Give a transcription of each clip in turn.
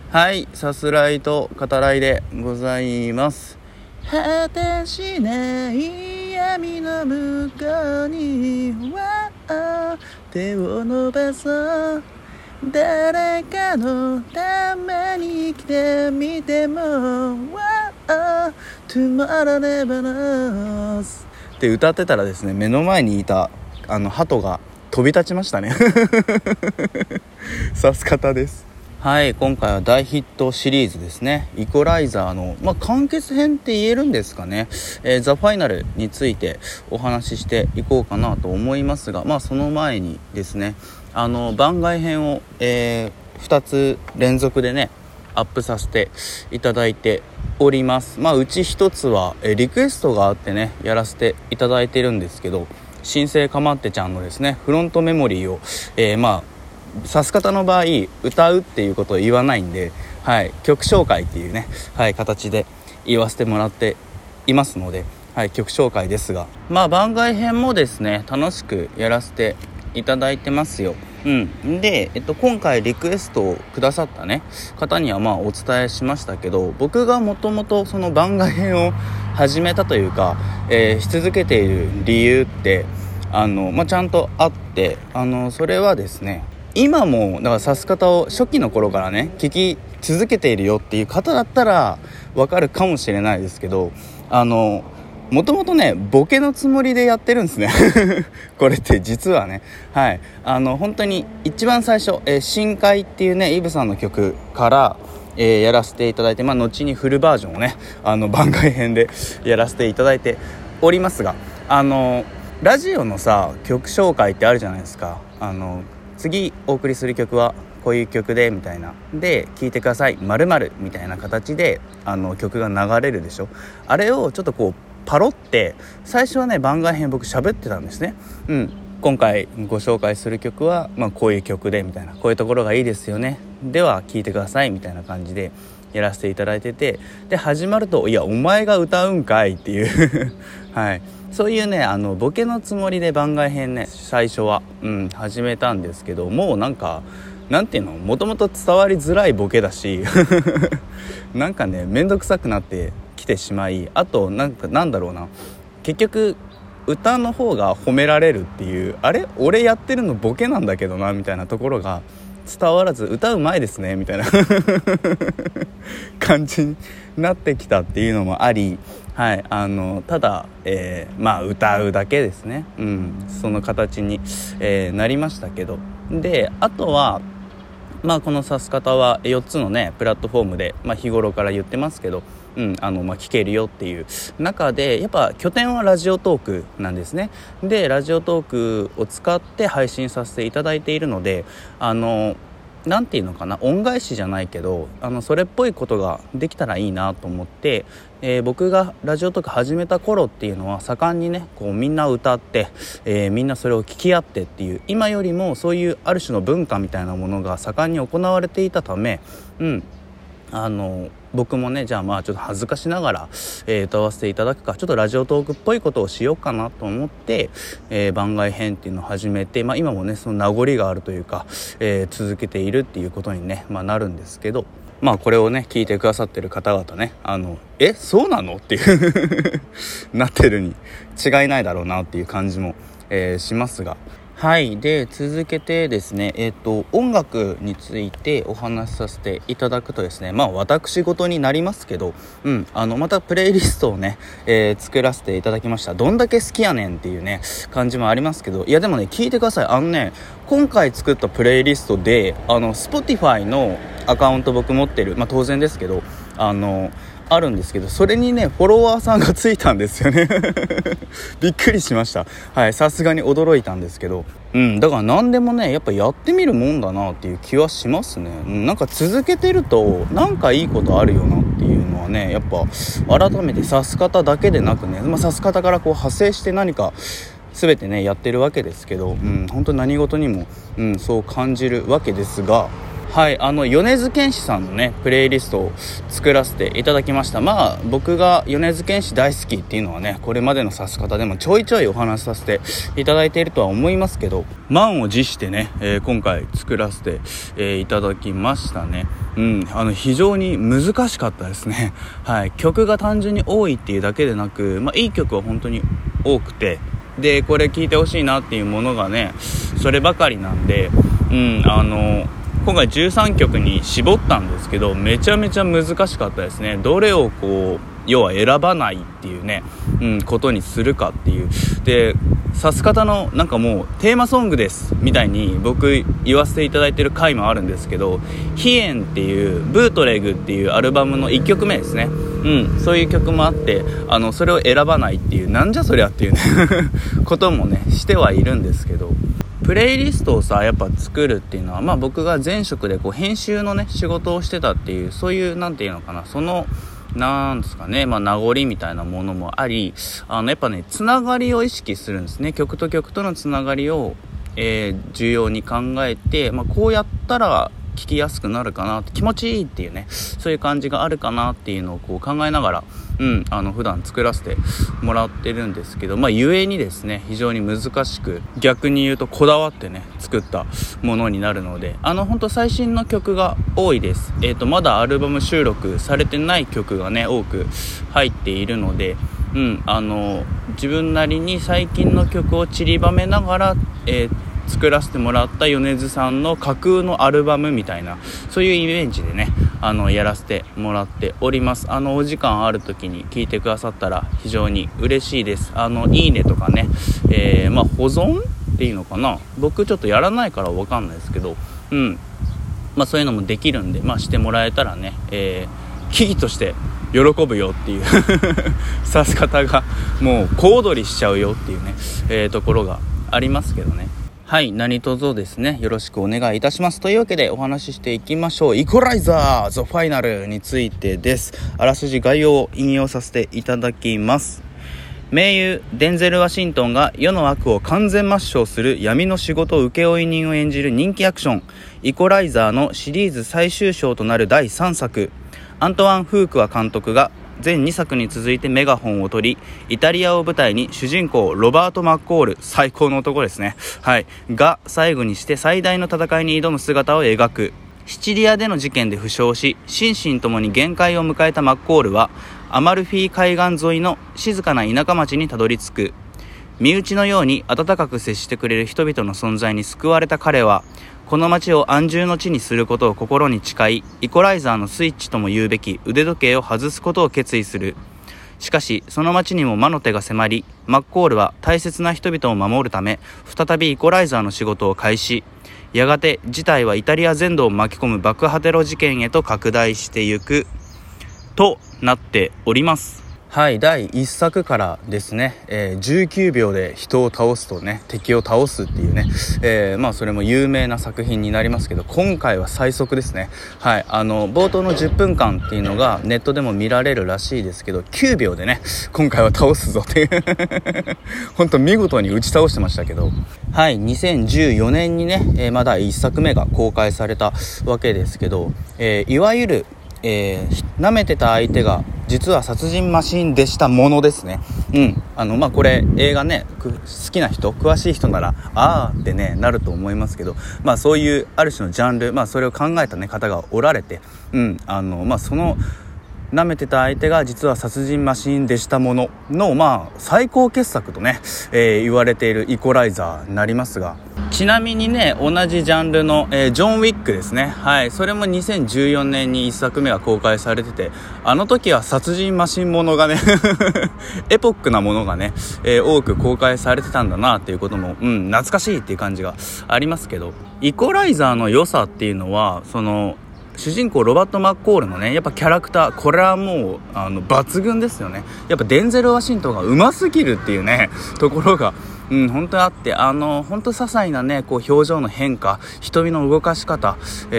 はい、さすらいと語らいでございます。果てしない闇の向こうには手を伸ばそう、誰かのために来てみてもTomorrow never knows って歌ってたらですね、目の前にいた鳩が飛び立ちましたねさす方です。はい、今回は大ヒットシリーズですね、イコライザーの、完結編って言えるんですかね、ザ・ファイナルについてお話ししていこうかなと思いますが、その前にですね、番外編を、2つ連続でねアップさせていただいております。うち1つは、リクエストがあってねやらせていただいてるんですけど、新生かまってちゃんのですねフロントメモリーを、さす方の場合歌うっていうことを言わないんで、曲紹介っていうね、形で言わせてもらっていますので、曲紹介ですが、番外編もですね楽しくやらせていただいてますよ。で、今回リクエストをくださったね方にはお伝えしましたけど、僕がもともとその番外編を始めたというか、し続けている理由ってちゃんとあって、それはですね、今もだからさす方を初期の頃からね聞き続けているよっていう方だったらわかるかもしれないですけど、もともとねボケのつもりでやってるんですねこれって実はね、本当に一番最初、深海っていうねイブさんの曲から、やらせていただいて、後にフルバージョンをね番外編でやらせていただいておりますが、ラジオのさ曲紹介ってあるじゃないですか。次お送りする曲はこういう曲でみたいなで聴いてください〇〇みたいな形で曲が流れるでしょ。あれをちょっとこうパロって最初はね番外編僕喋ってたんですね。今回ご紹介する曲は、こういう曲でみたいな、こういうところがいいですよね、では聴いてくださいみたいな感じでやらせていただいてて、で始まるといやお前が歌うんかいっていうそういうねボケのつもりで番外編ね最初は、始めたんですけど、もうなんていうの、もともと伝わりづらいボケだしなんかねめんどくさくなってきてしまい、あとなんだろうな、結局歌の方が褒められるっていう、あれ俺やってるのボケなんだけどなみたいなところが伝わらず、歌うまいですねみたいな感じになってきたっていうのもあり、ただ、歌うだけですね、その形に、なりましたけど、であとはこのさす方は4つのねプラットフォームで、日頃から言ってますけど、聞けるよっていう中で、やっぱ拠点はラジオトークなんですね。でラジオトークを使って配信させていただいているので、なんていうのかな、恩返しじゃないけどそれっぽいことができたらいいなと思って、僕がラジオトーク始めた頃っていうのは盛んにねこうみんな歌って、みんなそれを聞き合ってっていう、今よりもそういうある種の文化みたいなものが盛んに行われていたため、僕もねじゃあちょっと恥ずかしながら、歌わせていただくか、ちょっとラジオトークっぽいことをしようかなと思って、番外編っていうのを始めて、今もねその名残があるというか、続けているっていうことにね、なるんですけど、これをね聞いてくださってる方々ねそうなのっていうなってるに違いないだろうなっていう感じも、しますが、で続けてですね、音楽についてお話しさせていただくとですね、私事になりますけど、またプレイリストをね、作らせていただきました。どんだけ好きやねんっていうね感じもありますけど、いやでもね聞いてください。今回作ったプレイリストでSpotify のアカウント僕持ってる、当然ですけどあるんですけど、それにねフォロワーさんがついたんですよねびっくりしました。さすがに驚いたんですけど、だから何でもねやっぱやってみるもんだなっていう気はしますね。なんか続けてるとなんかいいことあるよなっていうのはね、やっぱ改めてさす方だけでなくね、さす方からこう派生して何か全てねやってるわけですけど、本当に何事にも、そう感じるわけですが、 はい、米津玄師さんのねプレイリストを作らせていただきました。僕が米津玄師大好きっていうのはね、これまでの指し方でもちょいちょいお話しさせていただいているとは思いますけど、満を持してね、今回作らせて、いただきましたね。非常に難しかったですね。はい、曲が単純に多いっていうだけでなく、いい曲は本当に多くて、でこれ聴いてほしいなっていうものがねそればかりなんで、今回13曲に絞ったんですけど、めちゃめちゃ難しかったですね。どれを要は選ばないっていうね、ことにするかっていう。で、指す方のなんかもうテーマソングですみたいに僕言わせていただいてる回もあるんですけど、ヒエンっていうブートレグっていうアルバムの1曲目ですね。そういう曲もあって、それを選ばないっていう、なんじゃそりゃっていうねこともねしてはいるんですけど、プレイリストをやっぱ作るっていうのは、僕が前職で編集のね仕事をしてたっていう、そういうなんていうのかな、なんですかね、名残みたいなものもあり、やっぱねつながりを意識するんですね。曲と曲とのつながりを、重要に考えて、こうやったら聞きやすくなるかなって、気持ちいいっていうね、そういう感じがあるかなっていうのを考えながら、普段作らせてもらってるんですけど、ゆえにですね非常に難しく、逆に言うとこだわってね作ったものになるので、本当最新の曲が多いです。まだアルバム収録されてない曲がね多く入っているので、自分なりに最近の曲を散りばめながら、作らせてもらった米津さんの架空のアルバムみたいな、そういうイメージでねやらせてもらっております。お時間ある時に聞いてくださったら非常に嬉しいです。いいねとかね、保存っていうのかな、僕ちょっとやらないから分かんないですけど、そういうのもできるんで、してもらえたらね、喜々として喜ぶよっていう指し方がもう小躍りしちゃうよっていうね、ところがありますけどね。はい、何卒ですねよろしくお願いいたします。というわけでお話ししていきましょう。イコライザー The Final についてです。あらすじ概要を引用させていただきます。名優デンゼル・ワシントンが世の悪を完全抹消する闇の仕事請負人を演じる人気アクションイコライザーのシリーズ最終章となる第3作、アントワン・フークア監督が全2作に続いてメガホンを取り、イタリアを舞台に主人公ロバート・マッコール、最高の男ですね、が最後にして最大の戦いに挑む姿を描く。シチリアでの事件で負傷し、心身ともに限界を迎えたマッコールはアマルフィ海岸沿いの静かな田舎町にたどり着く。身内のように温かく接してくれる人々の存在に救われた彼は、この街を安住の地にすることを心に誓い、イコライザーのスイッチとも言うべき腕時計を外すことを決意する。しかしその街にも魔の手が迫り、マッコールは大切な人々を守るため再びイコライザーの仕事を開始。やがて事態はイタリア全土を巻き込む爆破テロ事件へと拡大していくとなっております。はい、第1作からですね、19秒で人を倒すとね、敵を倒すっていうね、それも有名な作品になりますけど、今回は最速ですね。冒頭の10分間っていうのがネットでも見られるらしいですけど、9秒でね今回は倒すぞっていう本当見事に打ち倒してましたけど、2014年にね、まだ1作目が公開されたわけですけど、いわゆる舐めてた相手が実は殺人マシンでしたものですね。これ映画ね好きな人、詳しい人ならあーってねなると思いますけど、そういうある種のジャンル、それを考えた方がおられて、その舐めてた相手が実は殺人マシンでしたものの、最高傑作とね、言われているイコライザーになりますが、ちなみにね同じジャンルの、ジョン・ウィックですね。それも2014年に1作目が公開されてて、あの時は殺人マシンものがねエポックなものがね、多く公開されてたんだなっていうことも、懐かしいっていう感じがありますけど、イコライザーの良さっていうのは主人公ロバート・マッコールのねやっぱキャラクター、これはもう抜群ですよね。やっぱデンゼル・ワシントンが上手すぎるっていうねところが本当にあって、本当些細なね表情の変化、瞳の動かし方、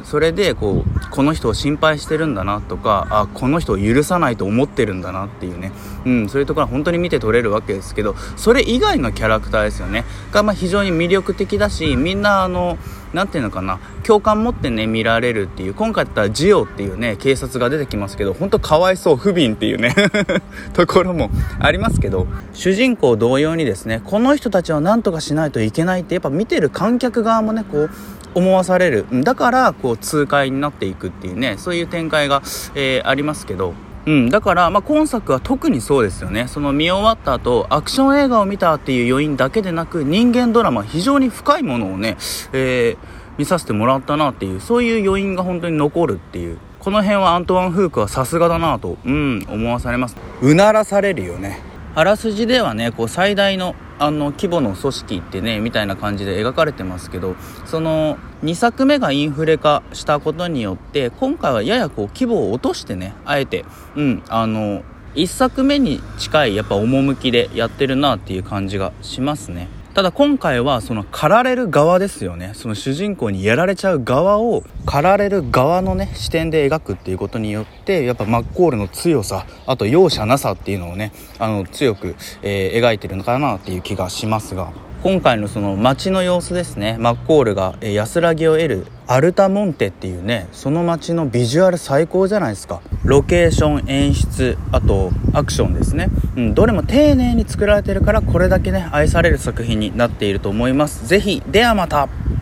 それでこの人を心配してるんだなとか、この人を許さないと思ってるんだなっていうね、そういうところは本当に見て取れるわけですけど、それ以外のキャラクターですよねが、非常に魅力的だし、みんななんていうのかな、共感持ってね見られるっていう。今回だったらジオっていうね警察が出てきますけど、本当かわいそう、不憫っていうねところもありますけど、主人公同様にですね、この人たちは何とかしないといけないってやっぱ見てる観客側もね思わされる。だから痛快になっていくっていうね、そういう展開が、ありますけど、だから今作は特にそうですよね。その見終わった後アクション映画を見たっていう余韻だけでなく、人間ドラマ非常に深いものをね、見させてもらったなっていう、そういう余韻が本当に残るっていう。この辺はアントワン・フークはさすがだなと、思わされます。うならされるよね。あらすじではね最大の規模の組織ってねみたいな感じで描かれてますけど、その2作目がインフレ化したことによって今回はやや規模を落としてね、あえて1作目に近いやっぱ趣でやってるなっていう感じがしますね。ただ今回はその狩られる側ですよね。その主人公にやられちゃう側を狩られる側のね視点で描くっていうことによって、やっぱマッコールの強さ、あと容赦なさっていうのをね強く、描いてるのかなっていう気がしますが、今回のその街の様子ですね。マッコールが、安らぎを得るアルタモンテっていうね、その街のビジュアル最高じゃないですか。ロケーション、演出、あとアクションですね、どれも丁寧に作られてるから、これだけね愛される作品になっていると思います。ぜひではまた。